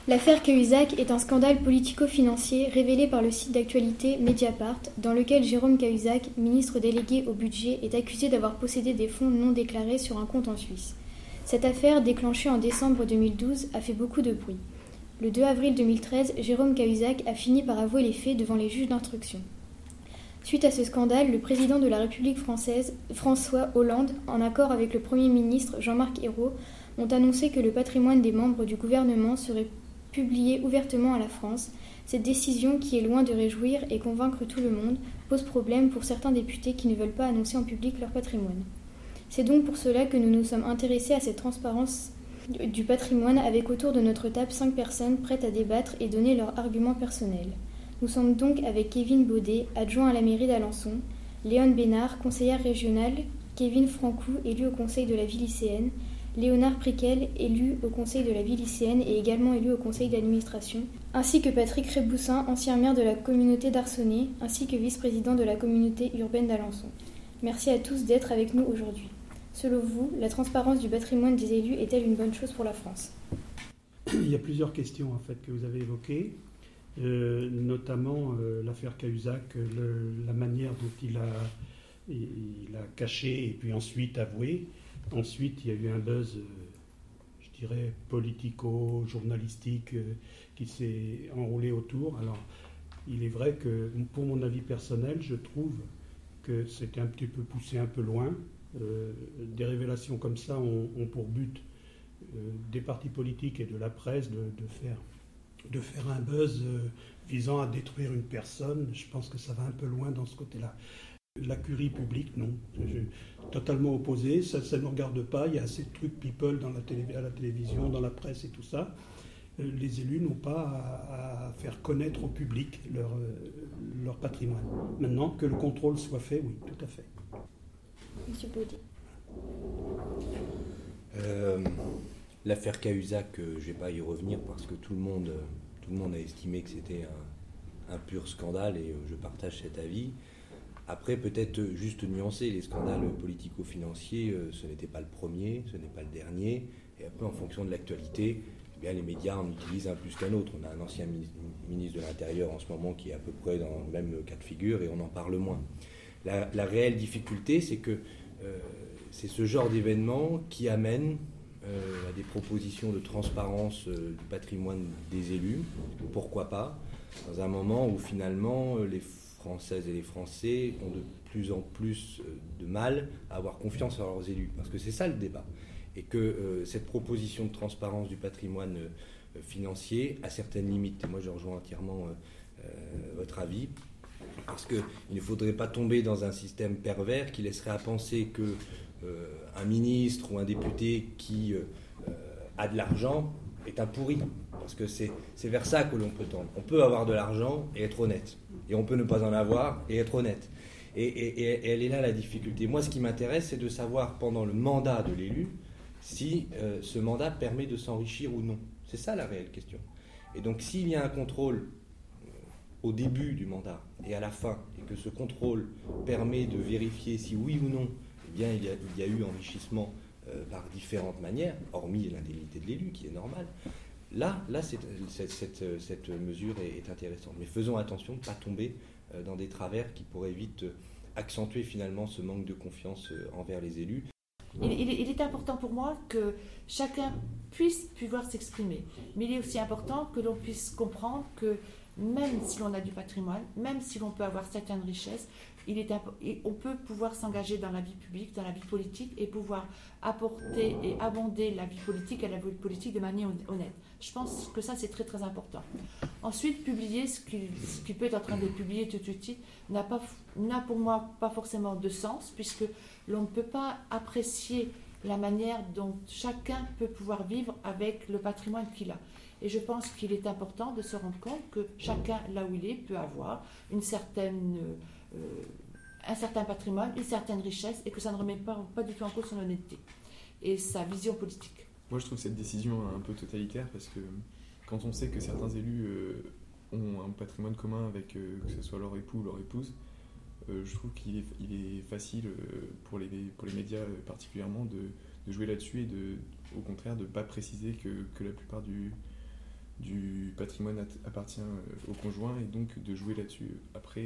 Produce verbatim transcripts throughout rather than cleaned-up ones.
L'affaire Cahuzac est un scandale politico-financier révélé par le site d'actualité Mediapart, dans lequel Jérôme Cahuzac, ministre délégué au budget, est accusé d'avoir possédé des fonds non déclarés sur un compte en Suisse. Cette affaire, déclenchée en décembre deux mille douze, a fait beaucoup de bruit. Le deux avril deux mille treize, Jérôme Cahuzac a fini par avouer les faits devant les juges d'instruction. Suite à ce scandale, le président de la République française, François Hollande, en accord avec le Premier ministre Jean-Marc Ayrault, ont annoncé que le patrimoine des membres du gouvernement serait publié ouvertement à la France. Cette décision, qui est loin de réjouir et convaincre tout le monde, pose problème pour certains députés qui ne veulent pas annoncer en public leur patrimoine. C'est donc pour cela que nous nous sommes intéressés à cette transparence du patrimoine avec autour de notre table cinq personnes prêtes à débattre et donner leurs arguments personnels. Nous sommes donc avec Kevin Baudet, adjoint à la mairie d'Alençon, Léone Bénard, conseillère régionale, Kevin Francou, élu au conseil de la vie lycéenne, Léonard Priquel, élu au conseil de la vie lycéenne et également élu au conseil d'administration, ainsi que Patrick Réboussin, ancien maire de la communauté d'Arcenay, ainsi que vice-président de la communauté urbaine d'Alençon. Merci à tous d'être avec nous aujourd'hui. Selon vous, la transparence du patrimoine des élus est-elle une bonne chose pour la France ? Il y a plusieurs questions en fait que vous avez évoquées, euh, notamment euh, l'affaire Cahuzac, le, la manière dont il a, il a caché et puis ensuite avoué. Ensuite, il y a eu un buzz, euh, je dirais, politico-journalistique euh, qui s'est enroulé autour. Alors, il est vrai que, pour mon avis personnel, je trouve que c'était un petit peu poussé un peu loin. Euh, des révélations comme ça ont, ont pour but euh, des partis politiques et de la presse de, de, faire, de faire un buzz euh, visant à détruire une personne. Je pense que ça va un peu loin dans ce côté-là. La curie publique, non. Je suis totalement opposé. Ça ne me regarde pas. Il y a assez de trucs people dans la télé, à la télévision, dans la presse et tout ça. Euh, les élus n'ont pas à, à faire connaître au public leur, euh, leur patrimoine. Maintenant, que le contrôle soit fait, oui, tout à fait. Monsieur Baudet. Euh, l'affaire Cahuzac, euh, je ne vais pas y revenir parce que tout le monde, euh, tout le monde a estimé que c'était un, un pur scandale et euh, je partage cet avis. Après, peut-être juste nuancer, les scandales politico-financiers, euh, ce n'était pas le premier, ce n'est pas le dernier. Et après, en fonction de l'actualité, eh bien, les médias en utilisent un plus qu'un autre. On a un ancien ministre de l'Intérieur en ce moment qui est à peu près dans le même cas de figure et on en parle moins. La, la réelle difficulté, c'est que euh, c'est ce genre d'événement qui amène euh, à des propositions de transparence euh, du patrimoine des élus. Pourquoi pas, dans un moment où finalement les Françaises et les Français ont de plus en plus de mal à avoir confiance en leurs élus. Parce que c'est ça le débat. Et que euh, cette proposition de transparence du patrimoine euh, financier a certaines limites. Et moi, je rejoins entièrement euh, euh, votre avis. Parce qu'il ne faudrait pas tomber dans un système pervers qui laisserait à penser qu'un euh, ministre ou un député qui euh, a de l'argent est un pourri. Parce que c'est, c'est vers ça que l'on peut tendre. On peut avoir de l'argent et être honnête. Et on peut ne pas en avoir et être honnête. Et, et, et elle est là la difficulté. Moi, ce qui m'intéresse, c'est de savoir pendant le mandat de l'élu si euh, ce mandat permet de s'enrichir ou non. C'est ça la réelle question. Et donc, s'il y a un contrôle euh, au début du mandat et à la fin, et que ce contrôle permet de vérifier si oui ou non, eh bien, il y a, il y a eu enrichissement euh, par différentes manières, hormis l'indemnité de l'élu, qui est normale. Là, là c'est, cette, cette, cette mesure est, est intéressante. Mais faisons attention de ne pas tomber euh, dans des travers qui pourraient vite euh, accentuer finalement ce manque de confiance euh, envers les élus. Il, il, il est important pour moi que chacun puisse pouvoir s'exprimer. Mais il est aussi important que l'on puisse comprendre que même si l'on a du patrimoine, même si l'on peut avoir certaines richesses, il est, on peut pouvoir s'engager dans la vie publique, dans la vie politique et pouvoir apporter et abonder la vie politique et la vie politique de manière honnête. Je pense que ça, c'est très très important. Ensuite, publier ce qui, ce qui peut être en train de publier tout de suite n'a, pas, n'a pour moi pas forcément de sens puisque l'on ne peut pas apprécier la manière dont chacun peut pouvoir vivre avec le patrimoine qu'il a. Et je pense qu'il est important de se rendre compte que chacun, là où il est, peut avoir une certaine, euh, un certain patrimoine, une certaine richesse, et que ça ne remet pas, pas du tout en cause son honnêteté et sa vision politique. Moi, je trouve cette décision un peu totalitaire parce que quand on sait que certains élus euh, ont un patrimoine commun avec, euh, que ce soit leur époux ou leur épouse, euh, je trouve qu'il est, il est facile euh, pour, les, pour les médias euh, particulièrement de, de jouer là-dessus et de, au contraire de ne pas préciser que, que la plupart du du patrimoine at- appartient au conjoint et donc de jouer là-dessus. Après,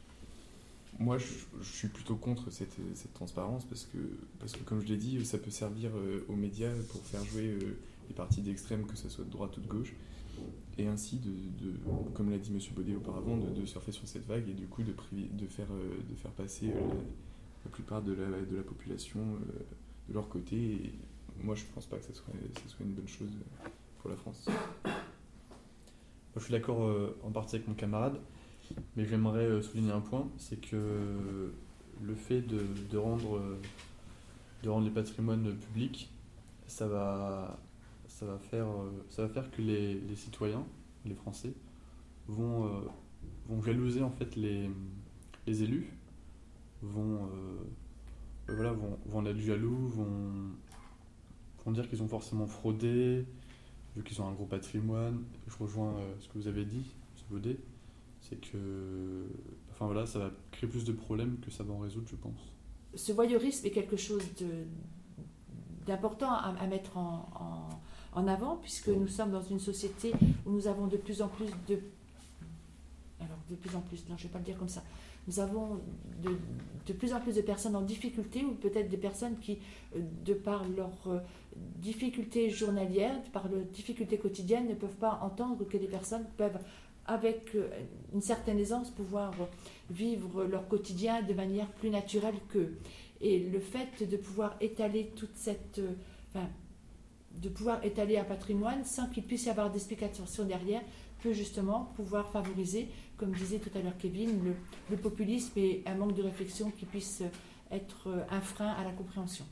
moi je, je suis plutôt contre cette, cette transparence parce que, parce que, comme je l'ai dit, ça peut servir aux médias pour faire jouer les partis d'extrême, que ce soit de droite ou de gauche, et ainsi, de, de, comme l'a dit M. Baudet auparavant, de, de surfer sur cette vague et du coup de, privi- de, faire, de faire passer la, la plupart de la, de la population de leur côté. Et moi, je ne pense pas que ce soit, ce soit une bonne chose pour la France. Moi, je suis d'accord euh, en partie avec mon camarade, mais j'aimerais euh, souligner un point, c'est que le fait de, de, rendre, euh, de rendre les patrimoines publics, ça va... Ça va, faire, ça va faire que les, les citoyens, les Français, vont, euh, vont jalouser en fait les, les élus, vont, euh, voilà, vont, vont en être jaloux, vont, vont dire qu'ils ont forcément fraudé, vu qu'ils ont un gros patrimoine. Je rejoins euh, ce que vous avez dit, M. Baudet, c'est que enfin, voilà, ça va créer plus de problèmes que ça va en résoudre, je pense. Ce voyeurisme est quelque chose de, d'important à, à mettre en, en en avant, puisque nous sommes dans une société où nous avons de plus en plus de... Alors, de plus en plus, non, je ne vais pas le dire comme ça. Nous avons de, de plus en plus de personnes en difficulté, ou peut-être des personnes qui, de par leurs difficultés journalières, de par leurs difficultés quotidiennes, ne peuvent pas entendre que les personnes peuvent, avec une certaine aisance, pouvoir vivre leur quotidien de manière plus naturelle qu'eux. Et le fait de pouvoir étaler toute cette... Enfin, de pouvoir étaler un patrimoine sans qu'il puisse y avoir d'explication derrière, peut justement pouvoir favoriser, comme disait tout à l'heure Kevin, le, le populisme et un manque de réflexion qui puisse être un frein à la compréhension.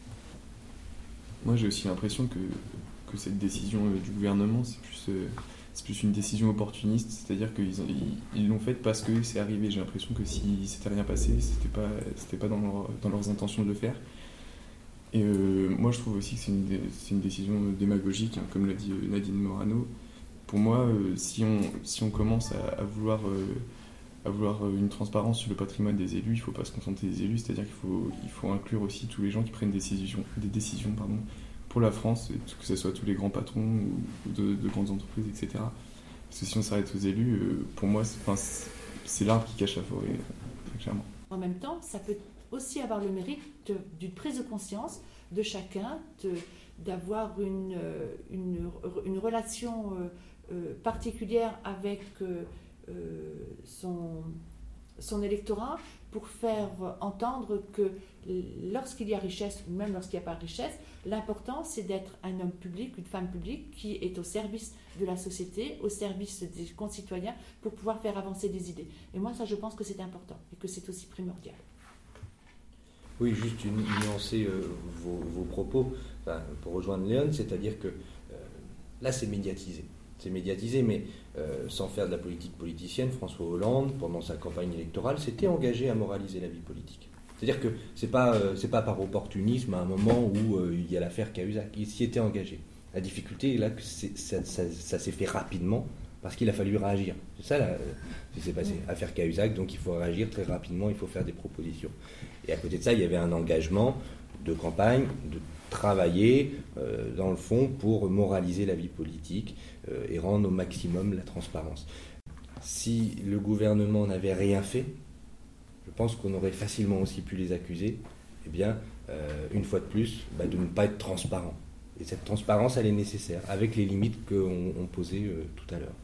Moi, j'ai aussi l'impression que, que cette décision euh, du gouvernement, c'est plus, euh, c'est plus une décision opportuniste, c'est-à-dire qu'ils ils, ils l'ont faite parce que c'est arrivé. J'ai l'impression que si c'était rien passé, c'était pas, c'était pas dans, leur, dans leurs intentions de le faire. Et euh, moi, je trouve aussi que c'est une, c'est une décision démagogique, hein, comme l'a dit Nadine Morano. Pour moi, euh, si, on, si on commence à, à, vouloir, euh, à vouloir une transparence sur le patrimoine des élus, il ne faut pas se contenter des élus, c'est-à-dire qu'il faut, il faut inclure aussi tous les gens qui prennent des décisions, des décisions pardon, pour la France, que ce soit tous les grands patrons ou de, de grandes entreprises, et cetera. Parce que si on s'arrête aux élus, euh, pour moi, c'est, enfin, c'est, c'est l'arbre qui cache la forêt, très clairement. En même temps, ça peut aussi avoir le mérite de, d'une prise de conscience de chacun, de, d'avoir une, une, une relation euh, euh, particulière avec euh, euh, son, son électorat pour faire entendre que lorsqu'il y a richesse, ou même lorsqu'il n'y a pas richesse, l'important c'est d'être un homme public, une femme publique qui est au service de la société, au service des concitoyens pour pouvoir faire avancer des idées. Et moi ça je pense que c'est important et que c'est aussi primordial. Oui, juste une, nuancer euh, vos, vos propos, enfin, pour rejoindre Léon, c'est-à-dire que euh, là c'est médiatisé. C'est médiatisé, mais euh, sans faire de la politique politicienne, François Hollande, pendant sa campagne électorale, s'était engagé à moraliser la vie politique. C'est-à-dire que c'est pas, euh, c'est pas par opportunisme à un moment où euh, il y a l'affaire Cahuzac. Il s'y était engagé. La difficulté, là, c'est, ça, ça, ça s'est fait rapidement parce qu'il a fallu réagir. C'est ça là, ce qui s'est passé. Affaire Cahuzac, donc il faut réagir très rapidement, il faut faire des propositions. Et à côté de ça, il y avait un engagement de campagne, de travailler euh, dans le fond pour moraliser la vie politique euh, et rendre au maximum la transparence. Si le gouvernement n'avait rien fait, je pense qu'on aurait facilement aussi pu les accuser, eh bien, euh, une fois de plus, bah, de ne pas être transparent. Et cette transparence, elle est nécessaire, avec les limites qu'on on posait euh, tout à l'heure.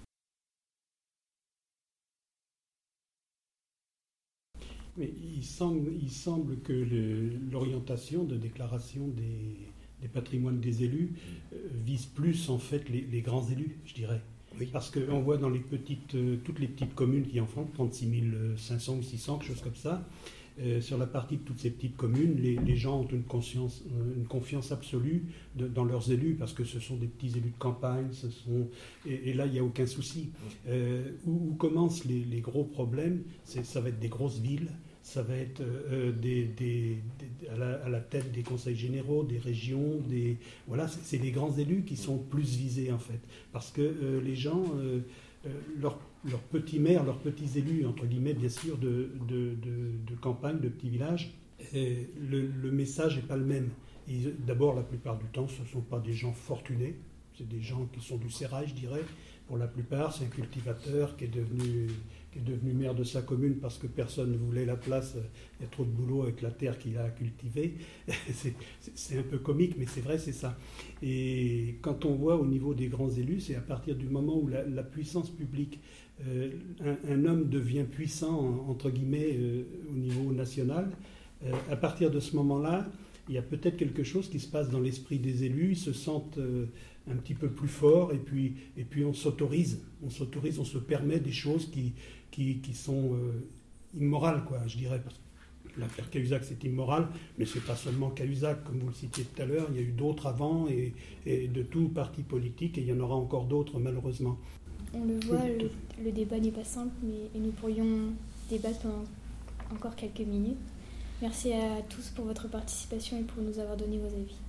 Mais il semble, il semble que le, l'orientation de déclaration des, des patrimoines des élus euh, vise plus en fait les, les grands élus, je dirais. Oui. Parce qu'on voit dans les petites, euh, toutes les petites communes qui en font trente-six mille cinq cents ou six cents, quelque chose comme ça, euh, sur la partie de toutes ces petites communes, les, les gens ont une, conscience, euh, une confiance absolue de, dans leurs élus, parce que ce sont des petits élus de campagne, ce sont, et, et là il n'y a aucun souci. Euh, où, où commencent les, les gros problèmes, c'est, ça va être des grosses villes, ça va être euh, des, des, des, à, la, à la tête des conseils généraux, des régions, des, voilà, c'est, c'est les grands élus qui sont plus visés en fait. Parce que euh, les gens, euh, euh, leurs leurs petits maires, leurs petits élus, entre guillemets bien sûr, de, de, de, de campagne, de petits villages, euh, le, le message n'est pas le même. Et d'abord, la plupart du temps, ce ne sont pas des gens fortunés. c'est des gens qui sont du sérail, je dirais, pour la plupart. C'est un cultivateur qui est devenu, qui est devenu maire de sa commune parce que personne ne voulait la place. Il y a trop de boulot avec la terre qu'il a cultivée. c'est, c'est un peu comique, mais c'est vrai, c'est ça. Et quand on voit au niveau des grands élus, c'est à partir du moment où la, la puissance publique, euh, un, un homme devient puissant, entre guillemets, euh, au niveau national, euh, à partir de ce moment-là, il y a peut-être quelque chose qui se passe dans l'esprit des élus, ils se sentent euh, un petit peu plus forts, et puis, et puis on s'autorise, on s'autorise, on se permet des choses qui, qui, qui sont euh, immorales, quoi, je dirais. Parce que l'affaire Cahuzac, c'est immoral, mais c'est pas seulement Cahuzac, comme vous le citiez tout à l'heure, il y a eu d'autres avant, et, et de tout parti politique, et il y en aura encore d'autres, malheureusement. On le voit, le, le débat n'est pas simple, mais et nous pourrions débattre pendant encore quelques minutes. Merci à tous pour votre participation et pour nous avoir donné vos avis.